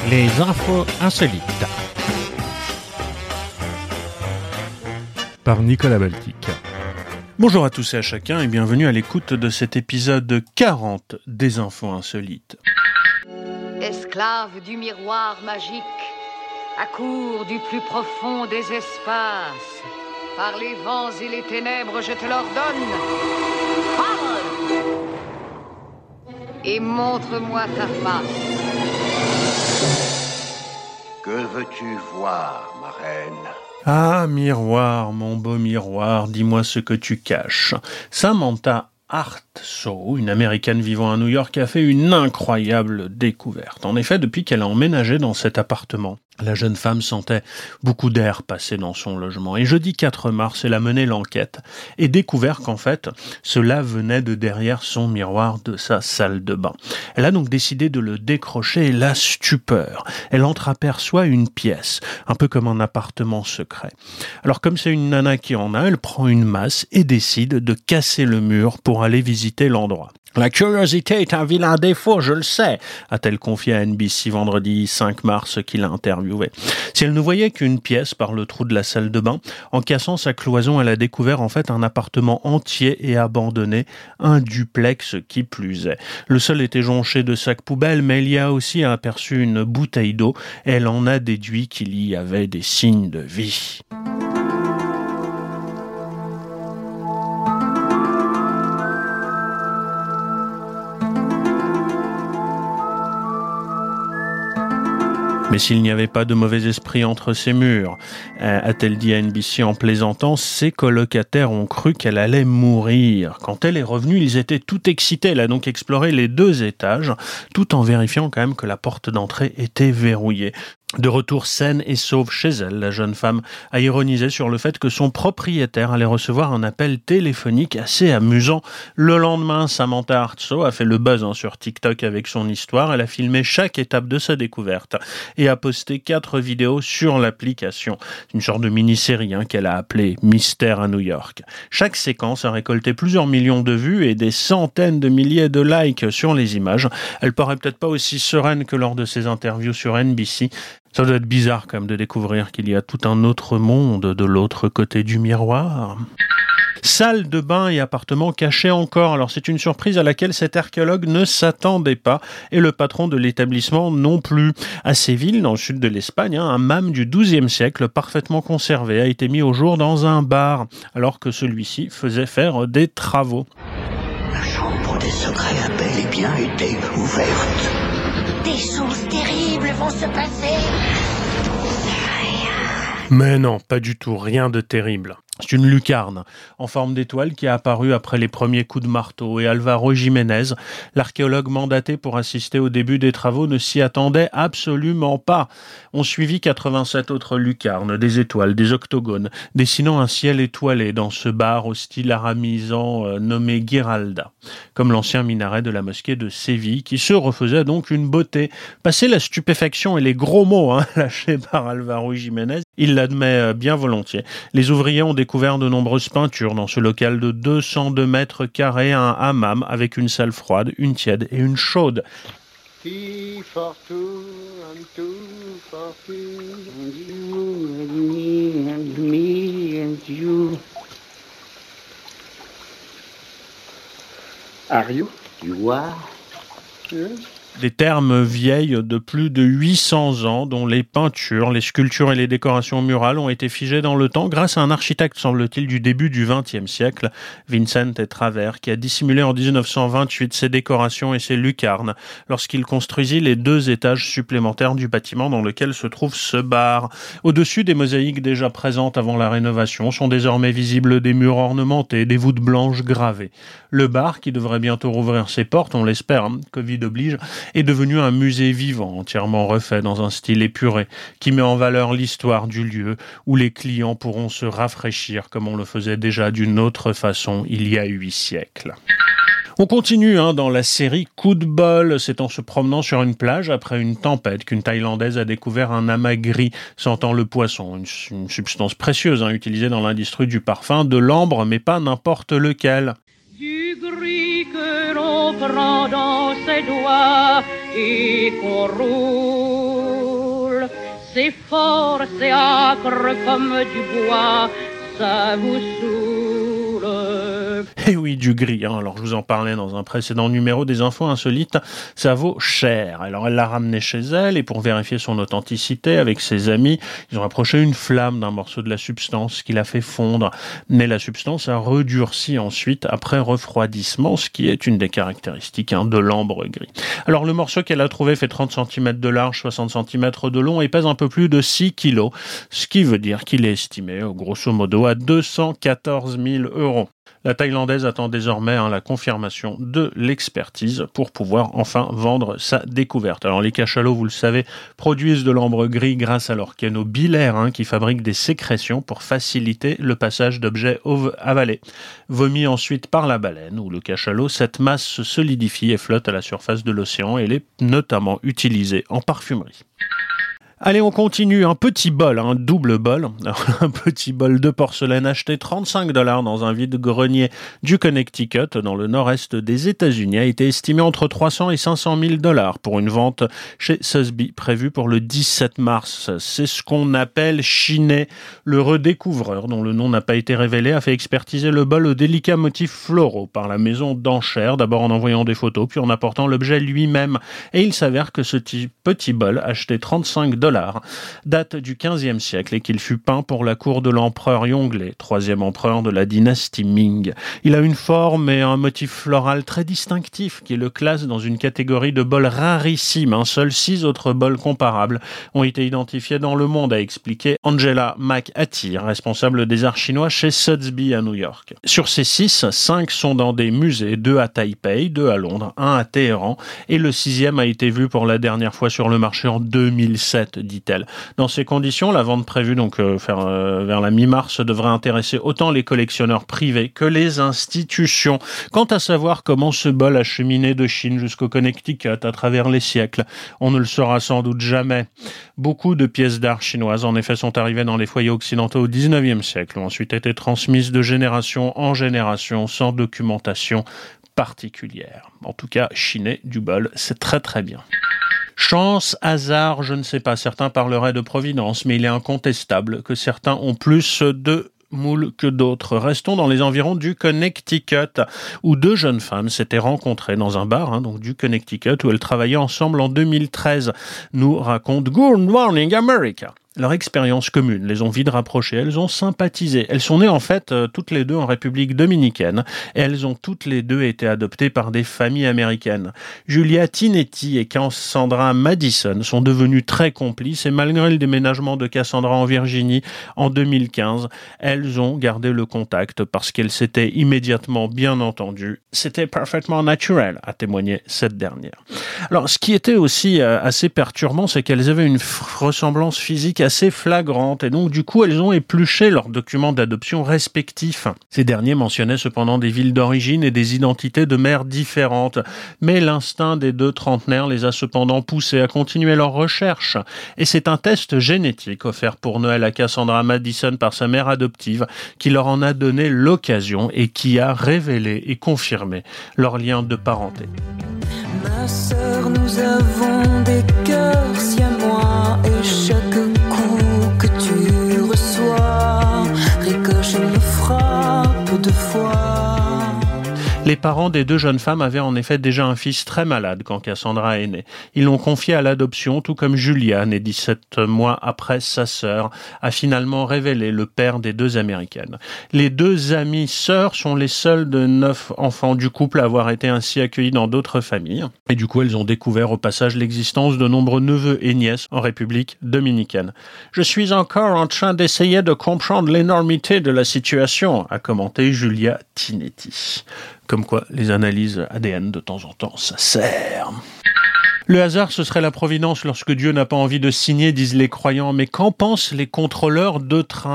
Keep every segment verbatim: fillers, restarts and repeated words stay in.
Les infos insolites. Par Nicolas Baltic. Bonjour à tous et à chacun et bienvenue à l'écoute de cet épisode quarante des infos insolites. Esclave du miroir magique, accours du plus profond des espaces, par les vents et les ténèbres je te l'ordonne, parle et montre-moi ta face. Que veux-tu voir, ma reine ? Ah, miroir, mon beau miroir, dis-moi ce que tu caches. Samantha Artsow, une Américaine vivant à New York, a fait une incroyable découverte. En effet, depuis qu'elle a emménagé dans cet appartement, la jeune femme sentait beaucoup d'air passer dans son logement. Et jeudi quatre mars, elle a mené l'enquête et découvert qu'en fait, cela venait de derrière son miroir de sa salle de bain. Elle a donc décidé de le décrocher et la stupeur. Elle entreaperçoit une pièce, un peu comme un appartement secret. Alors comme c'est une nana qui en a, elle prend une masse et décide de casser le mur pour aller visiter l'endroit. La curiosité est un vilain défaut, je le sais, a-t-elle confié à N B C vendredi cinq mars qu'il a interviewé. Si elle ne voyait qu'une pièce par le trou de la salle de bain, en cassant sa cloison, elle a découvert en fait un appartement entier et abandonné, un duplex qui plus est. Le sol était jonché de sacs poubelles, mais il y a aussi aperçu une bouteille d'eau. Elle en a déduit qu'il y avait des signes de vie. Mais s'il n'y avait pas de mauvais esprit entre ces murs, a-t-elle dit à N B C en plaisantant, ses colocataires ont cru qu'elle allait mourir. Quand elle est revenue, ils étaient tout excités. Elle a donc exploré les deux étages, tout en vérifiant quand même que la porte d'entrée était verrouillée. De retour saine et sauve chez elle, la jeune femme a ironisé sur le fait que son propriétaire allait recevoir un appel téléphonique assez amusant. Le lendemain, Samantha Artsow a fait le buzz hein, sur TikTok avec son histoire. Elle a filmé chaque étape de sa découverte et a posté quatre vidéos sur l'application. Une sorte de mini-série hein, qu'elle a appelée Mystère à New York. Chaque séquence a récolté plusieurs millions de vues et des centaines de milliers de likes sur les images. Elle paraît peut-être pas aussi sereine que lors de ses interviews sur N B C. Ça doit être bizarre quand même de découvrir qu'il y a tout un autre monde de l'autre côté du miroir. Salle de bain et appartement cachés encore. Alors c'est une surprise à laquelle cet archéologue ne s'attendait pas et le patron de l'établissement non plus. À Séville, dans le sud de l'Espagne, un mâme du douzième siècle parfaitement conservé a été mis au jour dans un bar alors que celui-ci faisait faire des travaux. La chambre des secrets a bel et bien été ouverte. Des choses terribles vont se passer. Mais non, pas du tout, rien de terrible. C'est une lucarne en forme d'étoile qui a apparu après les premiers coups de marteau et Alvaro Jiménez, l'archéologue mandaté pour assister au début des travaux, ne s'y attendait absolument pas. On suivit quatre-vingt-sept autres lucarnes, des étoiles, des octogones, dessinant un ciel étoilé dans ce bar au style aramisant euh, nommé Giralda, comme l'ancien minaret de la mosquée de Séville, qui se refaisait donc une beauté. Passé la stupéfaction et les gros mots hein, lâchés par Alvaro Jiménez, il l'admet bien volontiers. Les ouvriers ont découvert de nombreuses peintures dans ce local de deux cent deux mètres carrés, un hammam avec une salle froide, une tiède et une chaude. Tea for two and two for two and you and me and me and you. Are you? You are? Yes. Des termes vieilles de plus de huit cents ans, dont les peintures, les sculptures et les décorations murales ont été figées dans le temps grâce à un architecte, semble-t-il, du début du vingtième siècle, Vincent Travers, qui a dissimulé en dix-neuf cent vingt-huit ses décorations et ses lucarnes lorsqu'il construisit les deux étages supplémentaires du bâtiment dans lequel se trouve ce bar. Au-dessus des mosaïques déjà présentes avant la rénovation sont désormais visibles des murs ornementés, des voûtes blanches gravées. Le bar, qui devrait bientôt rouvrir ses portes, on l'espère, hein, Covid oblige, est devenu un musée vivant, entièrement refait dans un style épuré, qui met en valeur l'histoire du lieu, où les clients pourront se rafraîchir comme on le faisait déjà d'une autre façon il y a huit siècles. On continue hein, dans la série Coup de bol. C'est en se promenant sur une plage après une tempête qu'une Thaïlandaise a découvert un amas gris sentant le poisson, une, une substance précieuse hein, utilisée dans l'industrie du parfum, de l'ambre, mais pas n'importe lequel. Du gris que l'on prend dans ses doigts et qu'on roule c'est fort, c'est âcre comme du bois, ça vous saoule. Eh oui, du gris. Hein. Alors, je vous en parlais dans un précédent numéro des Infos Insolites. Ça vaut cher. Alors, elle l'a ramené chez elle et pour vérifier son authenticité avec ses amis, ils ont approché une flamme d'un morceau de la substance qui l'a fait fondre. Mais la substance a redurci ensuite après refroidissement, ce qui est une des caractéristiques hein, de l'ambre gris. Alors, le morceau qu'elle a trouvé fait trente centimètres de large, soixante centimètres de long et pèse un peu plus de six kilos, ce qui veut dire qu'il est estimé, grosso modo, à deux cent quatorze mille euros. La Thaïlandaise attend désormais hein, la confirmation de l'expertise pour pouvoir enfin vendre sa découverte. Alors les cachalots, vous le savez, produisent de l'ambre gris grâce à leur canaux bilaires hein, qui fabriquent des sécrétions pour faciliter le passage d'objets avalés. Vomis ensuite par la baleine ou le cachalot, cette masse se solidifie et flotte à la surface de l'océan et elle est notamment utilisée en parfumerie. Allez, on continue. Un petit bol, un double bol. Alors, un petit bol de porcelaine acheté trente-cinq dollars dans un vide-grenier du Connecticut, dans le nord-est des États-Unis, a été estimé entre trois cents et cinq cent mille dollars pour une vente chez Sotheby's prévue pour le dix-sept mars. C'est ce qu'on appelle chiner. Le redécouvreur, dont le nom n'a pas été révélé, a fait expertiser le bol aux délicats motifs floraux par la maison d'enchères, d'abord en envoyant des photos, puis en apportant l'objet lui-même. Et il s'avère que ce petit bol, acheté trente-cinq dollars, date du quinzième siècle et qu'il fut peint pour la cour de l'empereur Yongle, troisième empereur de la dynastie Ming. Il a une forme et un motif floral très distinctif qui le classe dans une catégorie de bols rarissimes. Un seul six autres bols comparables ont été identifiés dans le monde, a expliqué Angela McAteer, responsable des arts chinois chez Sotheby's à New York. Sur ces six, cinq sont dans des musées, deux à Taipei, deux à Londres, un à Téhéran et le sixième a été vu pour la dernière fois sur le marché en deux mille sept. Dit-elle. Dans ces conditions, la vente prévue donc euh, faire, euh, vers la mi-mars devrait intéresser autant les collectionneurs privés que les institutions. Quant à savoir comment ce bol a cheminé de Chine jusqu'au Connecticut à travers les siècles, on ne le saura sans doute jamais. Beaucoup de pièces d'art chinoises, en effet, sont arrivées dans les foyers occidentaux au dix-neuvième siècle, ont ensuite été transmises de génération en génération sans documentation particulière. En tout cas, chiner du bol, c'est très très bien. Chance, hasard, je ne sais pas, certains parleraient de providence, mais il est incontestable que certains ont plus de moules que d'autres. Restons dans les environs du Connecticut, où deux jeunes femmes s'étaient rencontrées dans un bar, hein, donc du Connecticut, où elles travaillaient ensemble en deux mille treize, nous raconte Good Morning America. Leur expérience commune les ont vite rapprochées, elles ont sympathisé. Elles sont nées en fait euh, toutes les deux en République dominicaine et elles ont toutes les deux été adoptées par des familles américaines. Julia Tinetti et Cassandra Madison sont devenues très complices et malgré le déménagement de Cassandra en Virginie en deux mille quinze, elles ont gardé le contact parce qu'elles s'étaient immédiatement bien entendues. C'était parfaitement naturel, a témoigné cette dernière. Alors, ce qui était aussi euh, assez perturbant, c'est qu'elles avaient une f- ressemblance physique assez flagrante et donc du coup elles ont épluché leurs documents d'adoption respectifs. Ces derniers mentionnaient cependant des villes d'origine et des identités de mères différentes, mais l'instinct des deux trentenaires les a cependant poussés à continuer leurs recherches et c'est un test génétique offert pour Noël à Cassandra Madison par sa mère adoptive qui leur en a donné l'occasion et qui a révélé et confirmé leur lien de parenté. Ma sœur, nous avons des cœurs siamois et chaque coup que tu reçois ricoche me frappe deux fois. Les parents des deux jeunes femmes avaient en effet déjà un fils très malade quand Cassandra est née. Ils l'ont confié à l'adoption, tout comme Julia, née dix-sept mois après sa sœur, a finalement révélé le père des deux Américaines. Les deux amies sœurs sont les seules de neuf enfants du couple à avoir été ainsi accueillis dans d'autres familles. Et du coup, elles ont découvert au passage l'existence de nombreux neveux et nièces en République dominicaine. « Je suis encore en train d'essayer de comprendre l'énormité de la situation », a commenté Julia Tinetti. Comme quoi, les analyses A D N, de temps en temps, ça sert. Le hasard, ce serait la providence lorsque Dieu n'a pas envie de signer, disent les croyants. Mais qu'en pensent les contrôleurs de train ?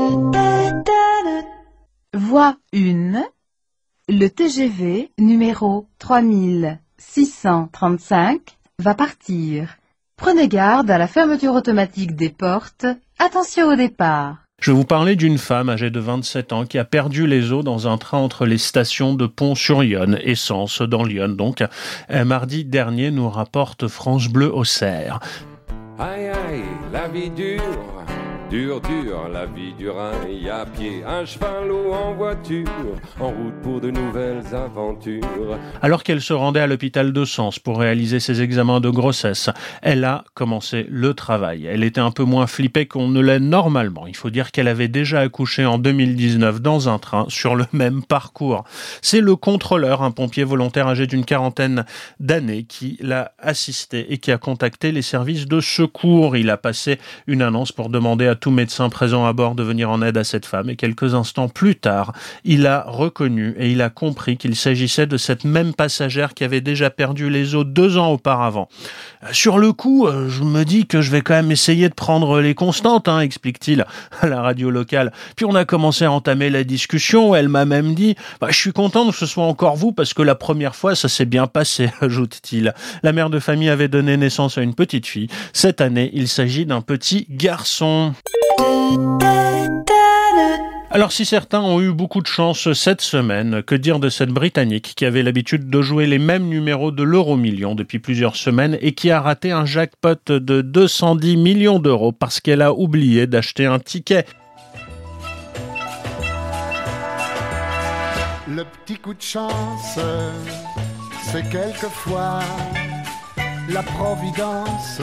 Voie un. Le T G V numéro trois mille six cent trente-cinq va partir. Prenez garde à la fermeture automatique des portes. Attention au départ. Je vais vous parler d'une femme âgée de vingt-sept ans qui a perdu les os dans un train entre les stations de Pont-sur-Yonne et Sens, dans Lyon. Donc, mardi dernier, nous rapporte France Bleu Auxerre. Aïe aïe, la vie dure, dure, dure, la vie du rail à pied, à cheval ou en voiture, en route pour de nouvelles aventures. Alors qu'elle se rendait à l'hôpital de Sens pour réaliser ses examens de grossesse, elle a commencé le travail. Elle était un peu moins flippée qu'on ne l'est normalement. Il faut dire qu'elle avait déjà accouché en deux mille dix-neuf dans un train sur le même parcours. C'est le contrôleur, un pompier volontaire âgé d'une quarantaine d'années, qui l'a assisté et qui a contacté les services de secours. Il a passé une annonce pour demander à tout médecin présent à bord de venir en aide à cette femme, et quelques instants plus tard, il a reconnu et il a compris qu'il s'agissait de cette même passagère qui avait déjà perdu les os deux ans auparavant. Sur le coup, je me dis que je vais quand même essayer de prendre les constantes, hein, explique-t-il à la radio locale. Puis on a commencé à entamer la discussion. Elle m'a même dit bah, « Je suis content que ce soit encore vous parce que la première fois, ça s'est bien passé », ajoute-t-il. La mère de famille avait donné naissance à une petite fille. Cette année, il s'agit d'un petit garçon. Alors si certains ont eu beaucoup de chance cette semaine, que dire de cette Britannique qui avait l'habitude de jouer les mêmes numéros de l'euro-million depuis plusieurs semaines et qui a raté un jackpot de deux cent dix millions d'euros parce qu'elle a oublié d'acheter un ticket. Le petit coup de chance, c'est quelquefois la providence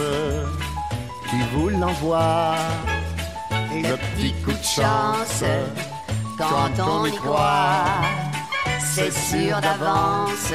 qui vous l'envoie. Et le petit coup de chance, quand on y croit, c'est sûr d'avance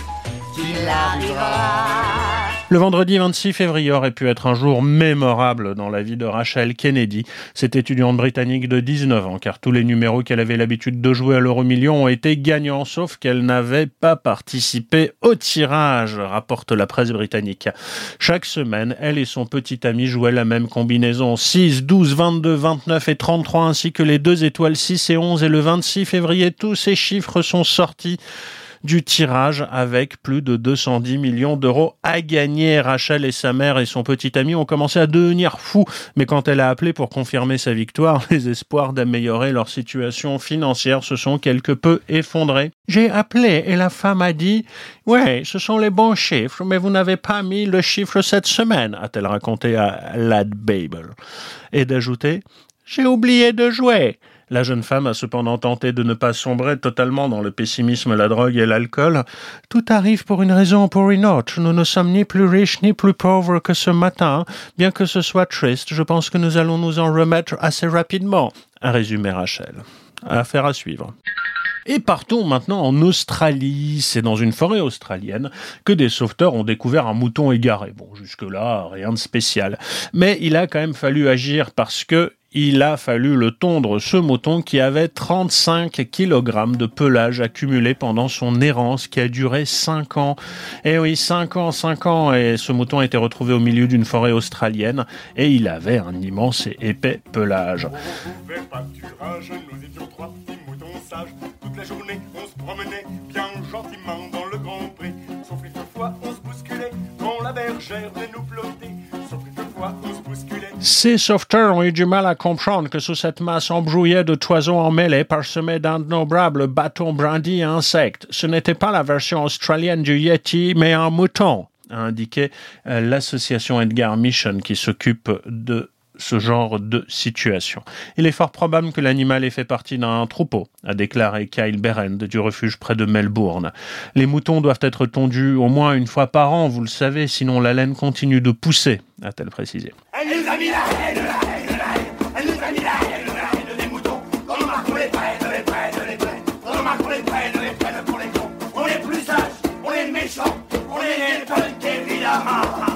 qu'il arrivera. Le vendredi vingt-six février aurait pu être un jour mémorable dans la vie de Rachel Kennedy, cette étudiante britannique de dix-neuf ans, car tous les numéros qu'elle avait l'habitude de jouer à l'euro-million ont été gagnants, sauf qu'elle n'avait pas participé au tirage, rapporte la presse britannique. Chaque semaine, elle et son petit ami jouaient la même combinaison, six, douze, vingt-deux, vingt-neuf et trente-trois, ainsi que les deux étoiles six et onze, et le vingt-six février, tous ces chiffres sont sortis du tirage avec plus de deux cent dix millions d'euros à gagner. Rachel et sa mère et son petit ami ont commencé à devenir fous, mais quand elle a appelé pour confirmer sa victoire, les espoirs d'améliorer leur situation financière se sont quelque peu effondrés. J'ai appelé et la femme a dit « Ouais, ce sont les bons chiffres, mais vous n'avez pas mis le chiffre cette semaine », a-t-elle raconté à Lad Babel. Et d'ajouter « J'ai oublié de jouer ». La jeune femme a cependant tenté de ne pas sombrer totalement dans le pessimisme, la drogue et l'alcool. « Tout arrive pour une raison ou pour une autre. Nous ne sommes ni plus riches ni plus pauvres que ce matin. Bien que ce soit triste, je pense que nous allons nous en remettre assez rapidement », a résumé Rachel. Affaire à suivre. Et partons maintenant en Australie. C'est dans une forêt australienne que des sauveteurs ont découvert un mouton égaré. Bon, jusque-là, rien de spécial. Mais il a quand même fallu agir parce que il a fallu le tondre, ce mouton qui avait trente-cinq kilogrammes de pelage accumulé pendant son errance qui a duré cinq ans. Eh oui, cinq ans, cinq ans, et ce mouton a été retrouvé au milieu d'une forêt australienne et il avait un immense et épais pelage. On pouvait pâturage, nous étions trois petits moutons sages. Toute la journée, on se promenait bien gentiment dans le grand pré. Sauf quelquefois, on se bousculait quand la bergère venait nous ploter. Sauf quelquefois, on se bousculait. Ces sauveteurs ont eu du mal à comprendre que sous cette masse embrouillée de toisons emmêlées parsemées d'innombrables bâtons brindis et insectes, ce n'était pas la version australienne du Yeti, mais un mouton, a indiqué euh, l'association Edgar Mission qui s'occupe de ce genre de situation. Il est fort probable que l'animal ait fait partie d'un troupeau, a déclaré Kyle Berend du refuge près de Melbourne. Les moutons doivent être tondus au moins une fois par an, vous le savez, sinon la laine continue de pousser, a-t-elle précisé. Elle nous a mis la haine, la haine, la haine. Elle nous a mis la haine, la haine des moutons. Quand on marque, on les prenne, les prenne, les prenne. Quand on marque, on les prenne, les prenne pour les cons. On est plus sages, on est méchants, on est des punks, évidemment.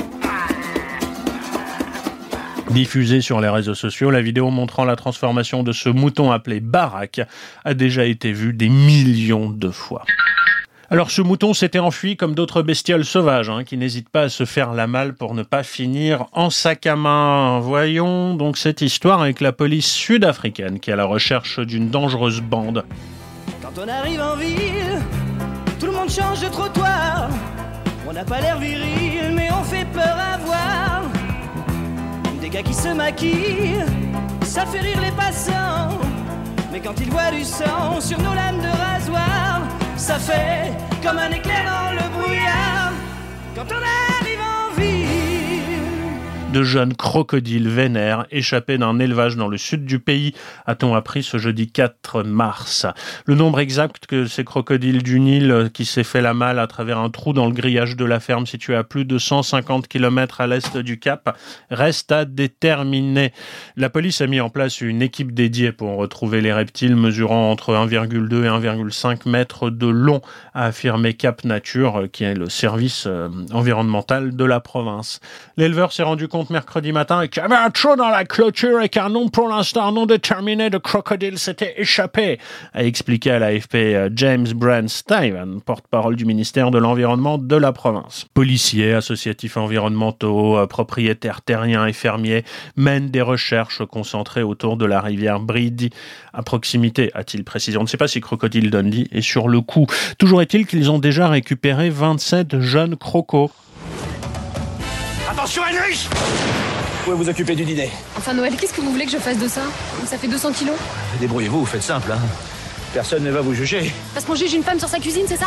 Diffusée sur les réseaux sociaux, la vidéo montrant la transformation de ce mouton appelé Barack a déjà été vue des millions de fois. Alors ce mouton s'était enfui comme d'autres bestioles sauvages, hein, qui n'hésitent pas à se faire la malle pour ne pas finir en sac à main. Voyons donc cette histoire avec la police sud-africaine qui est à la recherche d'une dangereuse bande. Quand on arrive en ville, tout le monde change de trottoir. On n'a pas l'air viril, mais on fait peur à voir. Des gars qui se maquillent, ça fait rire les passants. Mais quand ils voient du sang sur nos lames de rasoir, ça fait comme un éclair dans le brouillard. Quand on arrive en ville, De jeunes crocodiles vénères échappés d'un élevage dans le sud du pays, a-t-on appris ce jeudi quatre mars. Le nombre exact que ces crocodiles du Nil qui s'est fait la malle à travers un trou dans le grillage de la ferme située à plus de cent cinquante kilomètres à l'est du Cap reste à déterminer. La police a mis en place une équipe dédiée pour retrouver les reptiles mesurant entre un virgule deux et un virgule cinq mètres de long, a affirmé Cap Nature, qui est le service environnemental de la province. L'éleveur s'est rendu compte mercredi matin qu'il y avait un trou dans la clôture et qu'un nombre pour l'instant non déterminé de crocodiles s'était échappé, a expliqué à l'A F P James Brand-Steven, porte-parole du ministère de l'Environnement de la province. Policiers, associatifs environnementaux, propriétaires terriens et fermiers mènent des recherches concentrées autour de la rivière Bridi, à proximité, a-t-il précisé. On ne sait pas si Crocodile Dundee est sur le coup. Toujours est-il qu'ils ont déjà récupéré vingt-sept jeunes crocos. Attention, Heinrich! Vous pouvez vous occuper du dîner. Enfin, Noël, qu'est-ce que vous voulez que je fasse de ça? Ça fait deux cents kilos. Débrouillez-vous, vous faites simple, hein. Personne ne va vous juger. Parce qu'on juge une femme sur sa cuisine, c'est ça?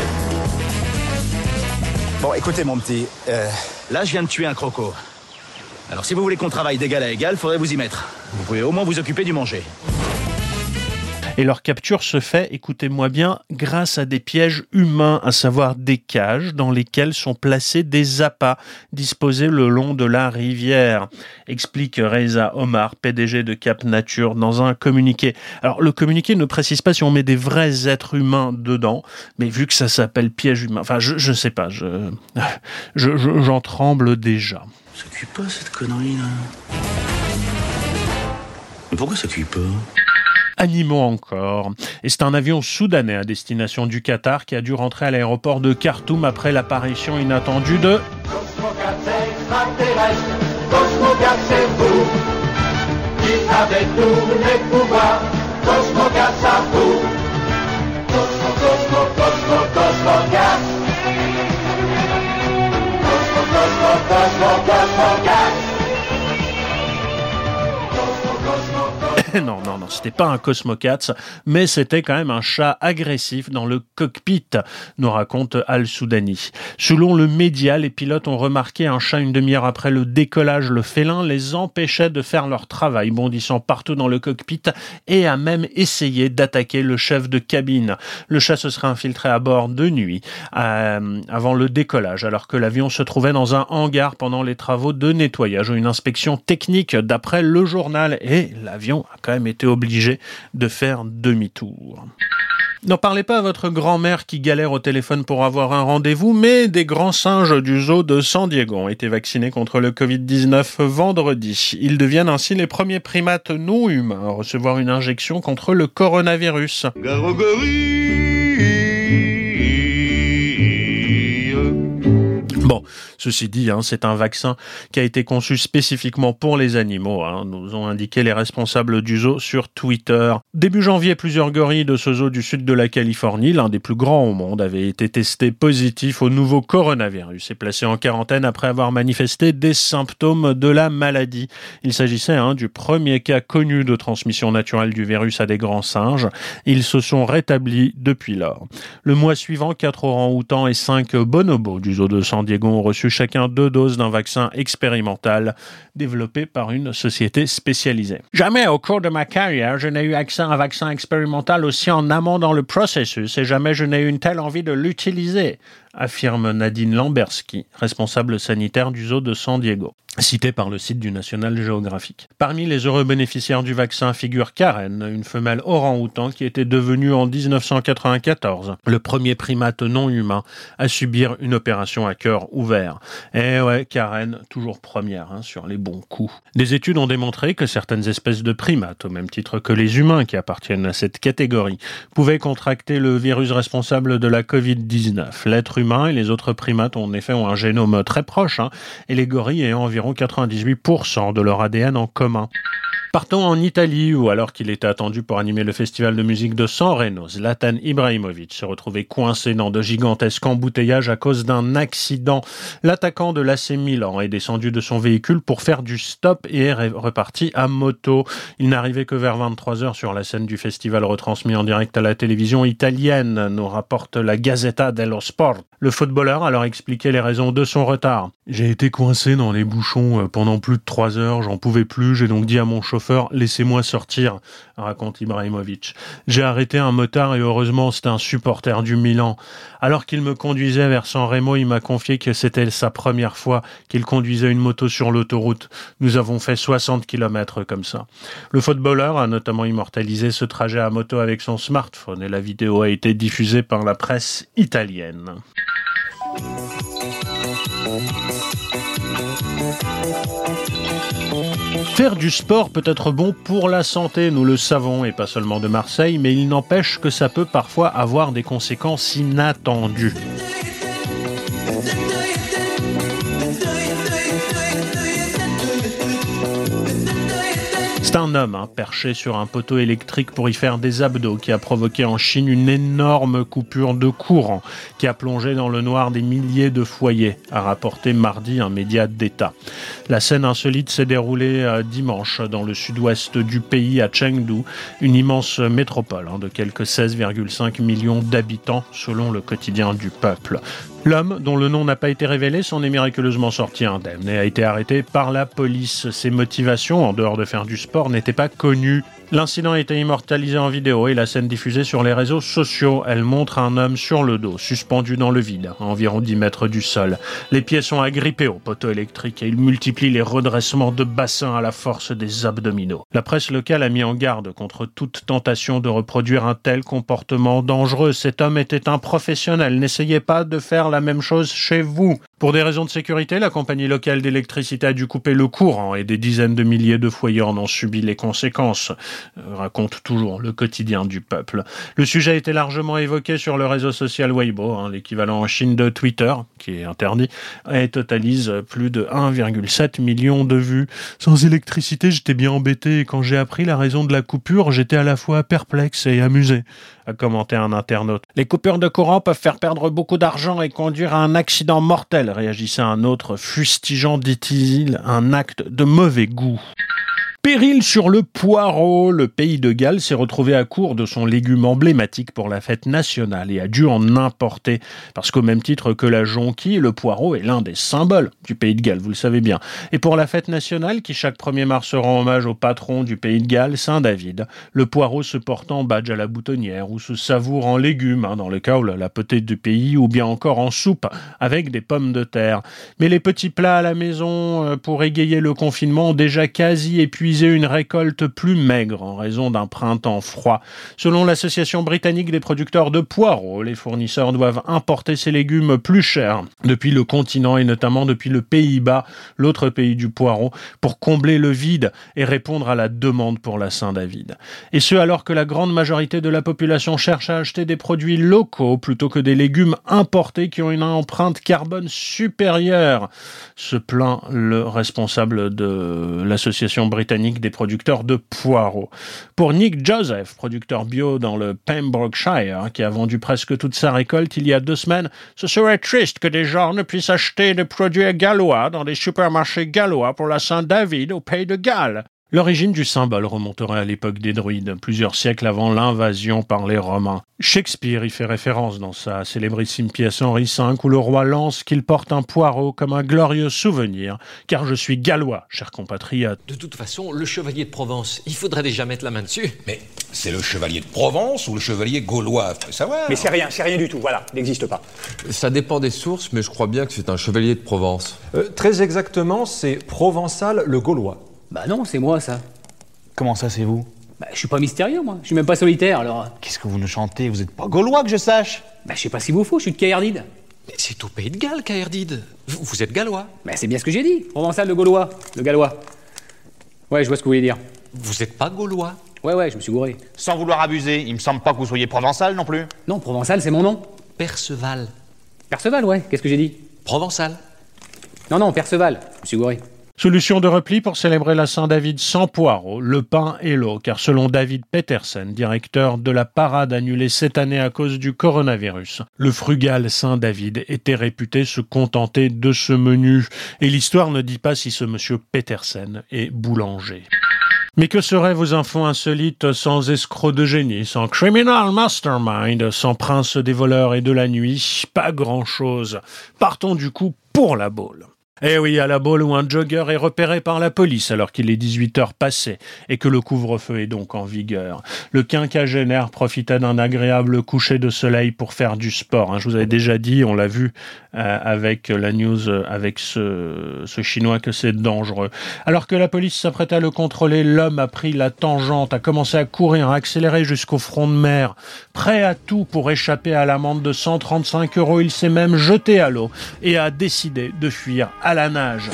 Bon, écoutez, mon petit, euh, là, je viens de tuer un croco. Alors, si vous voulez qu'on travaille d'égal à égal, faudrait vous y mettre. Vous pouvez au moins vous occuper du manger. Et leur capture se fait, écoutez-moi bien, grâce à des pièges humains, à savoir des cages dans lesquelles sont placés des appâts disposés le long de la rivière, explique Reza Omar, P D G de Cap Nature, dans un communiqué. Alors, le communiqué ne précise pas si on met des vrais êtres humains dedans, mais vu que ça s'appelle piège humain, enfin, je, je sais pas, je, je, je, j'en tremble déjà. Ça cuit pas, cette connerie-là. Mais pourquoi ça cuit pas? Animaux encore. Et c'est un avion soudanais à destination du Qatar qui a dû rentrer à l'aéroport de Khartoum après l'apparition inattendue de... Cosmocat extraterrestre, Cosmocat c'est vous, qui avez tous les pouvoirs, Cosmocat ça vous. Cosmo, Cosmo, Cosmo, Cosmocat. Cosmo, Cosmo, Cosmo, Cosmocat. Non, non, non, c'était pas un Cosmocat, mais c'était quand même un chat agressif dans le cockpit, nous raconte Al-Soudani. Selon le média, les pilotes ont remarqué un chat une demi-heure après le décollage. Le félin les empêchait de faire leur travail, bondissant partout dans le cockpit et a même essayé d'attaquer le chef de cabine. Le chat se serait infiltré à bord de nuit, euh, avant le décollage, alors que l'avion se trouvait dans un hangar pendant les travaux de nettoyage ou une inspection technique, d'après le journal, et l'avion a quand même été obligé de faire demi-tour. N'en parlez pas à votre grand-mère qui galère au téléphone pour avoir un rendez-vous, mais des grands singes du zoo de San Diego ont été vaccinés contre le covid dix-neuf vendredi. Ils deviennent ainsi les premiers primates non humains à recevoir une injection contre le coronavirus. Bon, ceci dit, hein, c'est un vaccin qui a été conçu spécifiquement pour les animaux, hein, nous ont indiqué les responsables du zoo sur Twitter. Début janvier, plusieurs gorilles de ce zoo du sud de la Californie, l'un des plus grands au monde, avaient été testés positifs au nouveau coronavirus et placés en quarantaine après avoir manifesté des symptômes de la maladie. Il s'agissait hein, du premier cas connu de transmission naturelle du virus à des grands singes. Ils se sont rétablis depuis lors. Le mois suivant, quatre orang-outans et cinq bonobos du zoo de San Diego ont reçu chacun deux doses d'un vaccin expérimental développé par une société spécialisée. Jamais au cours de ma carrière, je n'ai eu accès à un vaccin expérimental aussi en amont dans le processus et jamais je n'ai eu une telle envie de l'utiliser, affirme Nadine Lamberski, responsable sanitaire du zoo de San Diego, citée par le site du National Geographic. Parmi les heureux bénéficiaires du vaccin figure Karen, une femelle orang-outan qui était devenue en dix-neuf cent quatre-vingt-quatorze le premier primate non humain à subir une opération à cœur ouvert. Et ouais, Karen, toujours première hein, sur les bons coups. Des études ont démontré que certaines espèces de primates, au même titre que les humains qui appartiennent à cette catégorie, pouvaient contracter le virus responsable de la covid dix-neuf. L'être humain et les autres primates ont en effet ont un génome très proche, hein, et les gorilles ayant environ quatre-vingt-dix-huit pour cent de leur A D N en commun. Partons en Italie où, alors qu'il était attendu pour animer le festival de musique de San Remo, Zlatan Ibrahimovic s'est retrouvé coincé dans de gigantesques embouteillages à cause d'un accident. L'attaquant de l'A C Milan est descendu de son véhicule pour faire du stop et est reparti à moto. Il n'arrivait que vers vingt-trois heures sur la scène du festival retransmis en direct à la télévision italienne, nous rapporte la Gazzetta dello Sport. Le footballeur a alors expliqué les raisons de son retard. « J'ai été coincé dans les bouchons pendant plus de trois heures, j'en pouvais plus, j'ai donc dit à mon chauffeur « laissez-moi sortir », raconte Ibrahimovic. « J'ai arrêté un motard et heureusement c'était un supporter du Milan. Alors qu'il me conduisait vers San Remo, il m'a confié que c'était sa première fois qu'il conduisait une moto sur l'autoroute. Nous avons fait soixante kilomètres comme ça. » Le footballeur a notamment immortalisé ce trajet à moto avec son smartphone et la vidéo a été diffusée par la presse italienne. Faire du sport peut être bon pour la santé, nous le savons, et pas seulement de Marseille, mais il n'empêche que ça peut parfois avoir des conséquences inattendues. C'est un homme hein, perché sur un poteau électrique pour y faire des abdos qui a provoqué en Chine une énorme coupure de courant qui a plongé dans le noir des milliers de foyers, a rapporté mardi un média d'État. La scène insolite s'est déroulée euh, dimanche dans le sud-ouest du pays à Chengdu, une immense métropole hein, de quelques seize virgule cinq millions d'habitants selon le quotidien du peuple. L'homme, dont le nom n'a pas été révélé, s'en est miraculeusement sorti indemne et a été arrêté par la police. Ses motivations, en dehors de faire du sport, n'étaient pas connues. L'incident a été immortalisé en vidéo et la scène diffusée sur les réseaux sociaux. Elle montre un homme sur le dos, suspendu dans le vide, à environ dix mètres du sol. Les pieds sont agrippés au poteau électrique et il multiplie les redressements de bassin à la force des abdominaux. La presse locale a mis en garde contre toute tentation de reproduire un tel comportement dangereux. Cet homme était un professionnel. N'essayez pas de faire la même chose chez vous. Pour des raisons de sécurité, la compagnie locale d'électricité a dû couper le courant et des dizaines de milliers de foyers en ont subi les conséquences, raconte toujours le quotidien du peuple. Le sujet a été largement évoqué sur le réseau social Weibo, hein, l'équivalent en Chine de Twitter, qui est interdit, et totalise plus de un virgule sept million de vues. Sans électricité, j'étais bien embêté et quand j'ai appris la raison de la coupure, j'étais à la fois perplexe et amusé, a commenté un internaute. Les coupures de courant peuvent faire perdre beaucoup d'argent et conduire à un accident mortel, réagissait un autre, fustigeant, dit-il, un acte de mauvais goût. Péril sur le poireau. Le pays de Galles s'est retrouvé à court de son légume emblématique pour la fête nationale et a dû en importer. Parce qu'au même titre que la jonquille, le poireau est l'un des symboles du pays de Galles, vous le savez bien. Et pour la fête nationale, qui chaque premier mars rend hommage au patron du pays de Galles, Saint David, le poireau se porte en badge à la boutonnière ou se savoure en légumes, hein, dans le cas où la potée du pays, ou bien encore en soupe avec des pommes de terre. Mais les petits plats à la maison, pour égayer le confinement, ont déjà quasi épuisé une récolte plus maigre en raison d'un printemps froid. Selon l'association britannique des producteurs de poireaux, les fournisseurs doivent importer ces légumes plus chers depuis le continent et notamment depuis le Pays-Bas, l'autre pays du poireau, pour combler le vide et répondre à la demande pour la Saint-David. Et ce alors que la grande majorité de la population cherche à acheter des produits locaux plutôt que des légumes importés qui ont une empreinte carbone supérieure. Se plaint le responsable de l'association britannique des producteurs de poireaux. Pour Nick Joseph, producteur bio dans le Pembrokeshire, qui a vendu presque toute sa récolte il y a deux semaines, ce serait triste que des gens ne puissent acheter des produits gallois dans des supermarchés gallois pour la Saint-David au pays de Galles. L'origine du symbole remonterait à l'époque des druides, plusieurs siècles avant l'invasion par les Romains. Shakespeare y fait référence dans sa célébrissime pièce Henri cinq où le roi lance qu'il porte un poireau comme un glorieux souvenir, car je suis gallois, chers compatriotes. De toute façon, le chevalier de Provence, il faudrait déjà mettre la main dessus. Mais c'est le chevalier de Provence ou le chevalier gaulois, faut savoir. Mais c'est rien, c'est rien du tout, voilà, n'existe pas. Ça dépend des sources, mais je crois bien que c'est un chevalier de Provence. Euh, très exactement, c'est Provençal le Gaulois. Bah non, c'est moi, ça. Comment ça, c'est vous? Bah, je suis pas mystérieux, moi. Je suis même pas solitaire, alors... Qu'est-ce que vous nous chantez? Vous êtes pas gaulois, que je sache? Bah, je sais pas s'il vous faut, je suis de Caerdide. Mais c'est au pays de Galles, Caerdide. Vous, vous êtes gallois. Bah, c'est bien ce que j'ai dit. Provençal, le Gaulois. Le gallois. Ouais, je vois ce que vous voulez dire. Vous êtes pas gaulois? Ouais, ouais, je me suis gouré. Sans vouloir abuser, il me semble pas que vous soyez provençal non plus. Non, Provençal, c'est mon nom. Perceval. Perceval, ouais. Qu'est-ce que j'ai dit? Provençal. Non, non, Perceval. Je me suis gouré. Solution de repli pour célébrer la Saint-David sans poireaux, le pain et l'eau, car selon David Petersen, directeur de la parade annulée cette année à cause du coronavirus, le frugal Saint-David était réputé se contenter de ce menu. Et l'histoire ne dit pas si ce monsieur Petersen est boulanger. Mais que seraient vos infos insolites sans escroc de génie, sans criminal mastermind, sans prince des voleurs et de la nuit? Pas grand-chose. Partons du coup pour la Baule. Eh oui, à la Baule où un jogger est repéré par la police alors qu'il est dix-huit heures passées et que le couvre-feu est donc en vigueur. Le quinquagénaire profitait d'un agréable coucher de soleil pour faire du sport. Hein. Je vous avais déjà dit, on l'a vu euh, avec la news, euh, avec ce, ce Chinois, que c'est dangereux. Alors que la police s'apprêtait à le contrôler, l'homme a pris la tangente, a commencé à courir, à accélérer jusqu'au front de mer. Prêt à tout pour échapper à l'amende de cent trente-cinq euros, il s'est même jeté à l'eau et a décidé de fuir à la nage.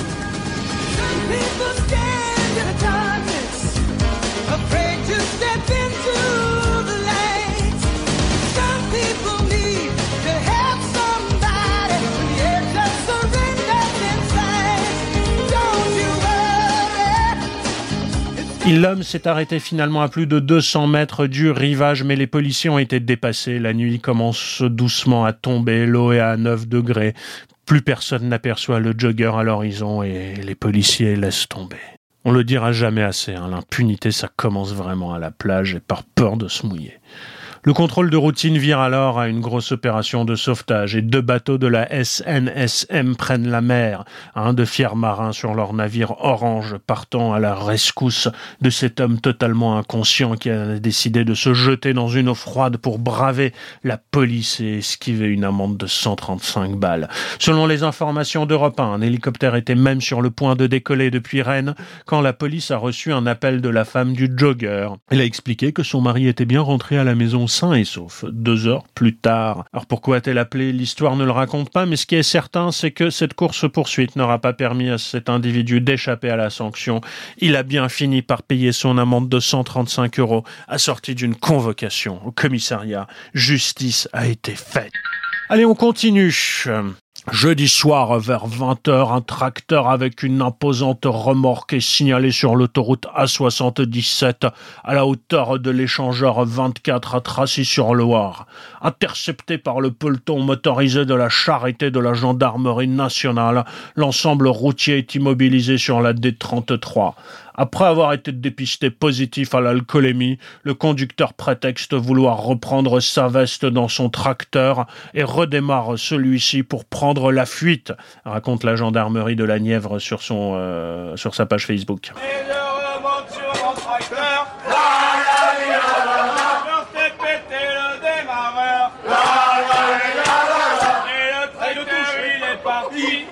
L'homme s'est arrêté finalement à plus de deux cents mètres du rivage, mais les policiers ont été dépassés. La nuit commence doucement à tomber, l'eau est à neuf degrés. Plus personne n'aperçoit le jogger à l'horizon et les policiers laissent tomber. On le dira jamais assez, hein, l'impunité ça commence vraiment à la plage et par peur de se mouiller. Le contrôle de routine vire alors à une grosse opération de sauvetage et deux bateaux de la S N S M prennent la mer. Un de fiers marins sur leur navire orange partant à la rescousse de cet homme totalement inconscient qui a décidé de se jeter dans une eau froide pour braver la police et esquiver une amende de cent trente-cinq balles. Selon les informations d'Europe un, un hélicoptère était même sur le point de décoller depuis Rennes quand la police a reçu un appel de la femme du jogger. Elle a expliqué que son mari était bien rentré à la maison sain et sauf, deux heures plus tard. Alors pourquoi a-t-elle appelé? L'histoire ne le raconte pas, mais ce qui est certain, c'est que cette course-poursuite n'aura pas permis à cet individu d'échapper à la sanction. Il a bien fini par payer son amende de cent trente-cinq euros, assortie d'une convocation au commissariat. Justice a été faite. Allez, on continue. Jeudi soir, vers vingt heures, un tracteur avec une imposante remorque est signalé sur l'autoroute A soixante-dix-sept à la hauteur de l'échangeur vingt-quatre à Tracy-sur-Loire. Intercepté par le peloton motorisé de la Charité de la gendarmerie nationale, l'ensemble routier est immobilisé sur la D trente-trois. Après avoir été dépisté positif à l'alcoolémie, le conducteur prétexte vouloir reprendre sa veste dans son tracteur et redémarre celui-ci pour prendre la fuite, raconte la gendarmerie de la Nièvre sur, son, euh, sur sa page Facebook. Et je remonte sur mon tracteur. Je fais péter le démarreur. Et le tracteur, il est parti.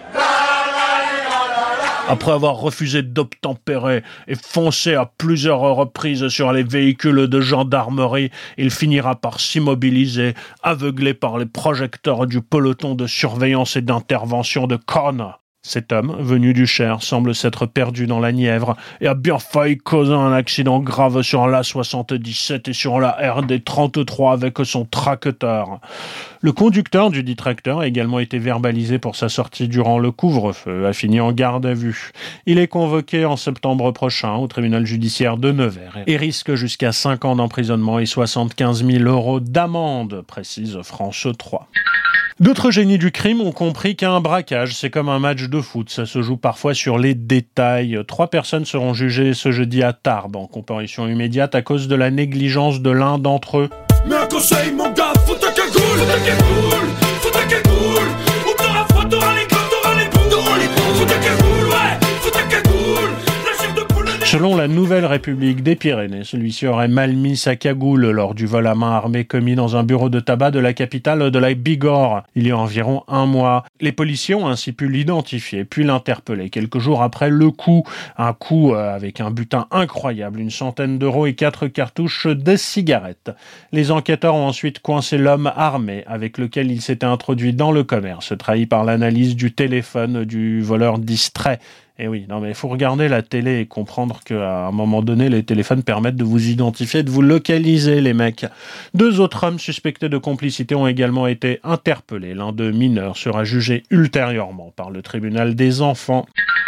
Après avoir refusé d'obtempérer et foncé à plusieurs reprises sur les véhicules de gendarmerie, il finira par s'immobiliser, aveuglé par les projecteurs du peloton de surveillance et d'intervention de Caen. Cet homme, venu du Cher, semble s'être perdu dans la Nièvre et a bien failli causer un accident grave sur l'A soixante-dix-sept et sur la R D trente-trois avec son tracteur. Le conducteur du dit tracteur a également été verbalisé pour sa sortie durant le couvre-feu, a fini en garde à vue. Il est convoqué en septembre prochain au tribunal judiciaire de Nevers et risque jusqu'à cinq ans d'emprisonnement et soixante-quinze mille euros d'amende, précise France trois. D'autres génies du crime ont compris qu'un braquage, c'est comme un match de foot. Ça se joue parfois sur les détails. Trois personnes seront jugées ce jeudi à Tarbes en comparution immédiate à cause de la négligence de l'un d'entre eux. Mais un conseil, mon gars, faut ta cagoule, faut ta cagoule, faut ta cagoule. Ou t'auras froid, t'auras les gants, t'auras les boules, t'auras les boules. Faut ta cagoule, ouais, faut ta cagoule. La chef de poule. Selon la Nouvelle République des Pyrénées, celui-ci aurait mal mis sa cagoule lors du vol à main armée commis dans un bureau de tabac de la capitale de la Bigorre, il y a environ un mois. Les policiers ont ainsi pu l'identifier, puis l'interpeller quelques jours après le coup. Un coup avec un butin incroyable, une centaine d'euros et quatre cartouches de cigarettes. Les enquêteurs ont ensuite coincé l'homme armé avec lequel il s'était introduit dans le commerce, trahi par l'analyse du téléphone du voleur distrait. Eh oui, non mais il faut regarder la télé et comprendre qu'à un moment donné, les téléphones permettent de vous identifier, de vous localiser, les mecs. Deux autres hommes suspectés de complicité ont également été interpellés. L'un d'eux, mineur, sera jugé ultérieurement par le tribunal des enfants.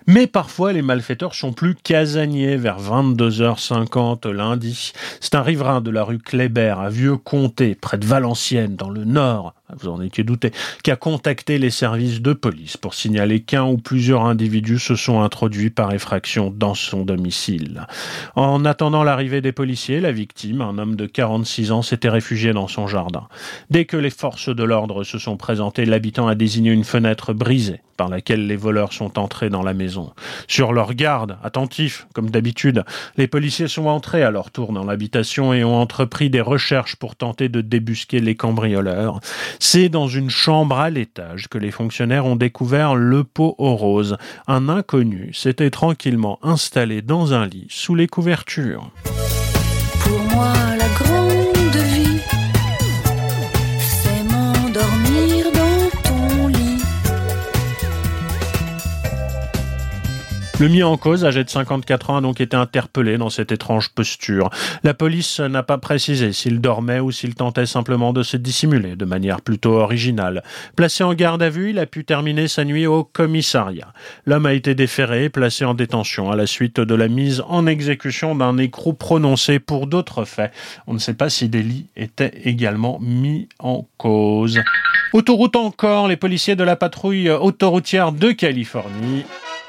Mais parfois, les malfaiteurs sont plus casaniers. Vers vingt-deux heures cinquante lundi, c'est un riverain de la rue Kléber à Vieux-Comté, près de Valenciennes, dans le Nord, vous en étiez douté, qui a contacté les services de police pour signaler qu'un ou plusieurs individus se sont introduits par effraction dans son domicile. En attendant l'arrivée des policiers, la victime, un homme de quarante-six ans, s'était réfugié dans son jardin. Dès que les forces de l'ordre se sont présentées, l'habitant a désigné une fenêtre brisée par laquelle les voleurs sont entrés dans la maison. Sur leur garde, attentifs, comme d'habitude, les policiers sont entrés à leur tour dans l'habitation et ont entrepris des recherches pour tenter de débusquer les cambrioleurs. C'est dans une chambre à l'étage que les fonctionnaires ont découvert le pot aux roses. Un inconnu s'était tranquillement installé dans un lit sous les couvertures. Pour moi, la grande vie, c'est m'endormir dans ton lit. Le mis en cause, âgé de cinquante-quatre ans, a donc été interpellé dans cette étrange posture. La police n'a pas précisé s'il dormait ou s'il tentait simplement de se dissimuler de manière plutôt originale. Placé en garde à vue, il a pu terminer sa nuit au commissariat. L'homme a été déféré et placé en détention à la suite de la mise en exécution d'un écrou prononcé pour d'autres faits. On ne sait pas si des lits étaient également mis en cause. Autoroute encore, les policiers de la patrouille autoroutière de Californie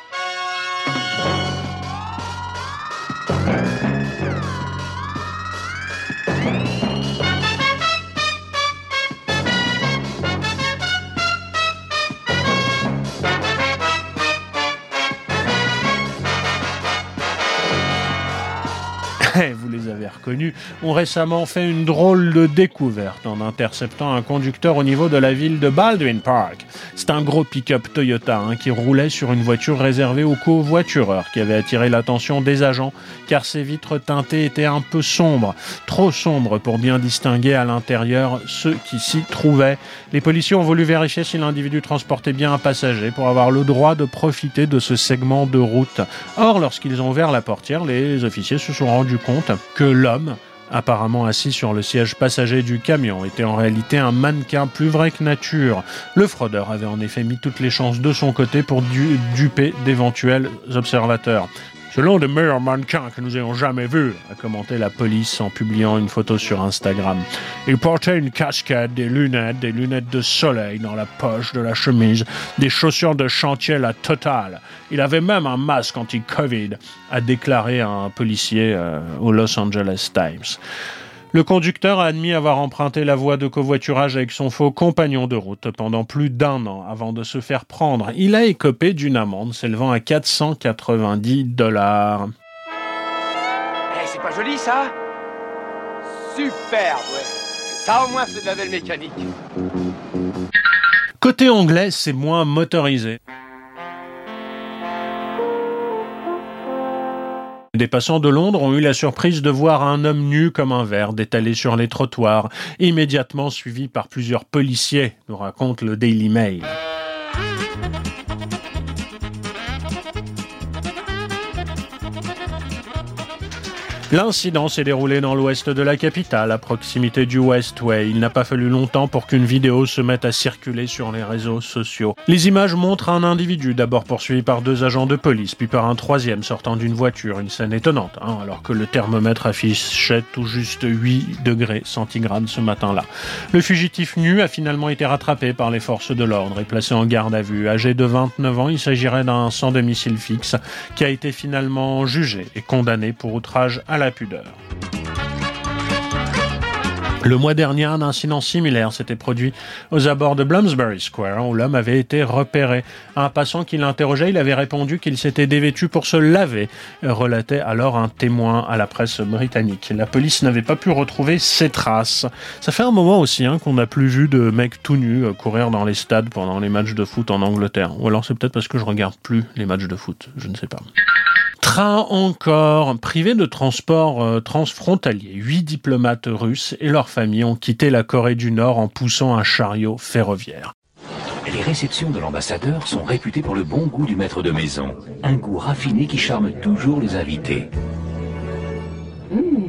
vous les avez reconnus, ont récemment fait une drôle de découverte en interceptant un conducteur au niveau de la ville de Baldwin Park. C'est un gros pick-up Toyota hein, qui roulait sur une voiture réservée aux covoitureurs qui avait attiré l'attention des agents car ses vitres teintées étaient un peu sombres, trop sombres pour bien distinguer à l'intérieur ceux qui s'y trouvaient. Les policiers ont voulu vérifier si l'individu transportait bien un passager pour avoir le droit de profiter de ce segment de route. Or, lorsqu'ils ont ouvert la portière, les officiers se sont rendus compte que l'homme, apparemment assis sur le siège passager du camion, était en réalité un mannequin plus vrai que nature. Le fraudeur avait en effet mis toutes les chances de son côté pour du- duper d'éventuels observateurs. C'est l'un des meilleurs mannequins que nous ayons jamais vus, a commenté la police en publiant une photo sur Instagram. Il portait une casquette, des lunettes, des lunettes de soleil dans la poche de la chemise, des chaussures de chantier la totale. Il avait même un masque anti-Covid, a déclaré un policier euh, au Los Angeles Times. Le conducteur a admis avoir emprunté la voie de covoiturage avec son faux compagnon de route pendant plus d'un an avant de se faire prendre. Il a écopé d'une amende s'élevant à quatre cent quatre-vingt-dix dollars. Eh, c'est pas joli ça? Superbe, ouais. Ça au moins c'est de la belle mécanique. Côté anglais, c'est moins motorisé. Des passants de Londres ont eu la surprise de voir un homme nu comme un verre étalé sur les trottoirs, immédiatement suivi par plusieurs policiers, nous raconte le Daily Mail. L'incident s'est déroulé dans l'ouest de la capitale, à proximité du Westway. Il n'a pas fallu longtemps pour qu'une vidéo se mette à circuler sur les réseaux sociaux. Les images montrent un individu d'abord poursuivi par deux agents de police, puis par un troisième sortant d'une voiture. Une scène étonnante, hein, alors que le thermomètre affichait tout juste huit degrés centigrades ce matin-là. Le fugitif nu a finalement été rattrapé par les forces de l'ordre et placé en garde à vue. Âgé de vingt-neuf ans, il s'agirait d'un sans domicile fixe qui a été finalement jugé et condamné pour outrage à la pudeur. Le mois dernier, un incident similaire s'était produit aux abords de Bloomsbury Square, où l'homme avait été repéré. Un passant qui l'interrogeait, il avait répondu qu'il s'était dévêtu pour se laver, relatait alors un témoin à la presse britannique. La police n'avait pas pu retrouver ses traces. Ça fait un moment aussi hein, qu'on n'a plus vu de mecs tout nus euh, courir dans les stades pendant les matchs de foot en Angleterre. Ou alors c'est peut-être parce que je regarde plus les matchs de foot, je ne sais pas. Train encore, privé de transport euh, transfrontalier. Huit diplomates russes et leurs familles ont quitté la Corée du Nord en poussant un chariot ferroviaire. Les réceptions de l'ambassadeur sont réputées pour le bon goût du maître de maison. Un goût raffiné qui charme toujours les invités. Mmh.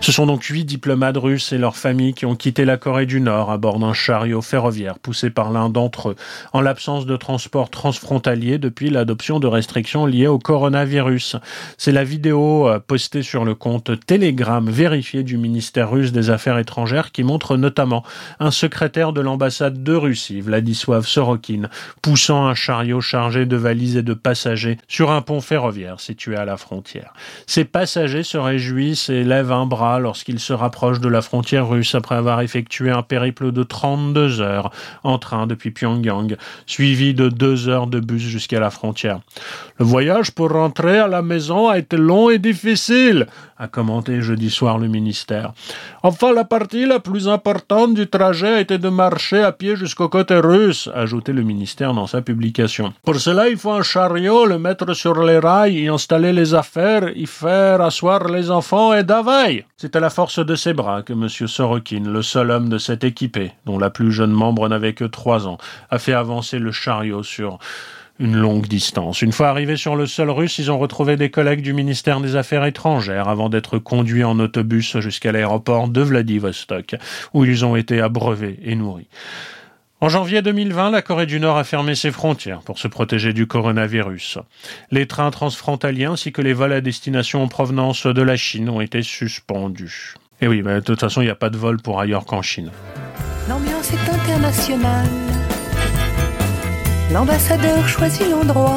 Ce sont donc huit diplomates russes et leurs familles qui ont quitté la Corée du Nord à bord d'un chariot ferroviaire poussé par l'un d'entre eux, en l'absence de transport transfrontalier depuis l'adoption de restrictions liées au coronavirus. C'est la vidéo postée sur le compte Telegram vérifié du ministère russe des Affaires étrangères qui montre notamment un secrétaire de l'ambassade de Russie, Vladislav Sorokin, poussant un chariot chargé de valises et de passagers sur un pont ferroviaire situé à la frontière. Ces passagers se réjouissent et lèvent un bras lorsqu'ils se rapprochent de la frontière russe après avoir effectué un périple de trente-deux heures en train depuis Pyongyang, suivi de deux heures de bus jusqu'à la frontière. « Le voyage pour rentrer à la maison a été long et difficile », a commenté jeudi soir le ministère. « Enfin, la partie la plus importante du trajet a été de marcher à pied jusqu'au côté russe », a ajouté le ministère dans sa publication. « Pour cela, il faut un chariot, le mettre sur les rails, y installer les affaires, y faire asseoir les enfants et d'availle. » C'est à la force de ses bras que M. Sorokin, le seul homme de cette équipée, dont la plus jeune membre n'avait que trois ans, a fait avancer le chariot sur une longue distance. Une fois arrivés sur le sol russe, ils ont retrouvé des collègues du ministère des Affaires étrangères avant d'être conduits en autobus jusqu'à l'aéroport de Vladivostok, où ils ont été abreuvés et nourris. En janvier deux mille vingt, la Corée du Nord a fermé ses frontières pour se protéger du coronavirus. Les trains transfrontaliers ainsi que les vols à destination en provenance de la Chine ont été suspendus. Et oui, mais de toute façon, il n'y a pas de vol pour ailleurs qu'en Chine. L'ambiance est internationale. L'ambassadeur choisit l'endroit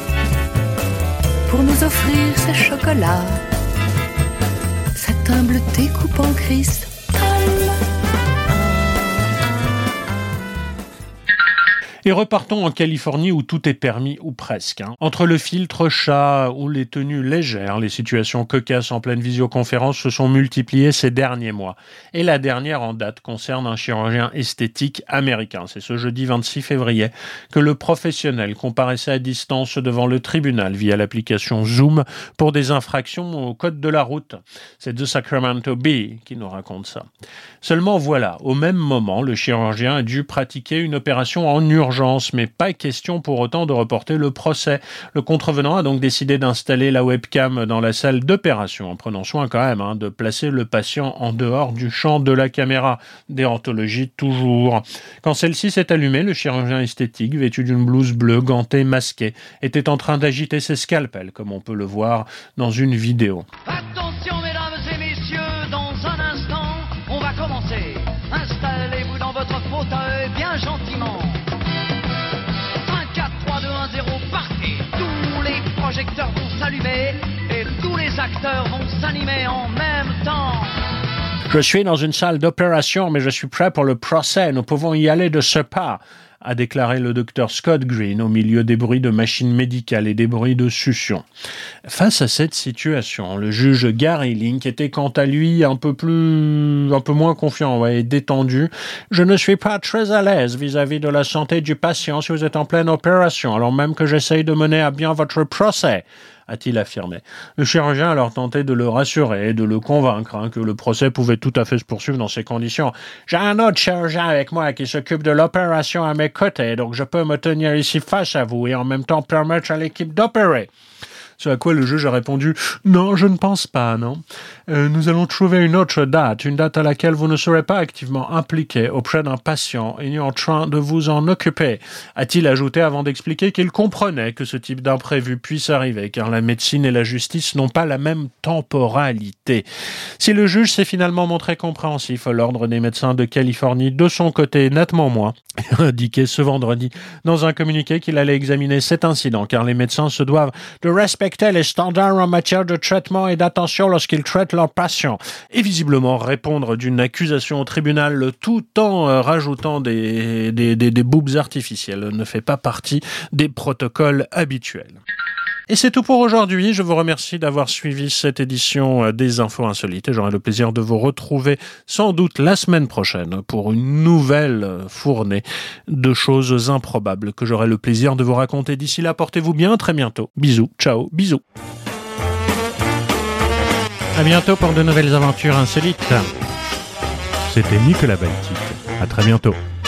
pour nous offrir ses chocolats, satin bleuté coupe en cristal. Et repartons en Californie où tout est permis, ou presque. Hein. Entre le filtre chat ou les tenues légères, les situations cocasses en pleine visioconférence se sont multipliées ces derniers mois. Et la dernière en date concerne un chirurgien esthétique américain. C'est ce jeudi vingt-six février que le professionnel comparaissait à distance devant le tribunal via l'application Zoom pour des infractions au code de la route. C'est The Sacramento Bee qui nous raconte ça. Seulement voilà, au même moment, le chirurgien a dû pratiquer une opération en urgence. Mais pas question pour autant de reporter le procès. Le contrevenant a donc décidé d'installer la webcam dans la salle d'opération, en prenant soin quand même hein, de placer le patient en dehors du champ de la caméra. Déontologie toujours. Quand celle-ci s'est allumée, le chirurgien esthétique, vêtu d'une blouse bleue, gantée, masquée, était en train d'agiter ses scalpels, comme on peut le voir dans une vidéo. Attention mesdames et messieurs, dans un instant, on va commencer. Installez-vous dans votre fauteuil bien gentiment. Les projecteurs vont s'allumer et tous les acteurs vont s'animer en même temps. Je suis dans une salle d'opération, mais je suis prêt pour le procès. Nous pouvons y aller de ce pas, a déclaré le docteur Scott Green au milieu des bruits de machines médicales et des bruits de succion. Face à cette situation, le juge Gary Link était quant à lui un peu plus, un peu moins confiant ouais, et détendu. Je ne suis pas très à l'aise vis-à-vis de la santé du patient si vous êtes en pleine opération, alors même que j'essaye de mener à bien votre procès, a-t-il affirmé. Le chirurgien a alors tenté de le rassurer et de le convaincre hein, que le procès pouvait tout à fait se poursuivre dans ces conditions. J'ai un autre chirurgien avec moi qui s'occupe de l'opération à mes côtés, donc je peux me tenir ici face à vous et en même temps permettre à l'équipe d'opérer. Ce à quoi le juge a répondu « Non, je ne pense pas, non. Euh, nous allons trouver une autre date, une date à laquelle vous ne serez pas activement impliqué auprès d'un patient et en train de vous en occuper », a-t-il ajouté avant d'expliquer qu'il comprenait que ce type d'imprévu puisse arriver, car la médecine et la justice n'ont pas la même temporalité. Si le juge s'est finalement montré compréhensif, l'Ordre des médecins de Californie, de son côté, nettement moins, a indiqué ce vendredi dans un communiqué qu'il allait examiner cet incident, car les médecins se doivent de respecter les standards en matière de traitement et d'attention lorsqu'ils traitent leurs patients, et visiblement répondre d'une accusation au tribunal tout en euh, rajoutant des, des, des, des boobs artificiels ne fait pas partie des protocoles habituels. Et c'est tout pour aujourd'hui. Je vous remercie d'avoir suivi cette édition des Infos Insolites et j'aurai le plaisir de vous retrouver sans doute la semaine prochaine pour une nouvelle fournée de choses improbables que j'aurai le plaisir de vous raconter. D'ici là, portez-vous bien, à très bientôt. Bisous, ciao, bisous. À bientôt pour de nouvelles aventures insolites. C'était Nicolas Baltic. À très bientôt.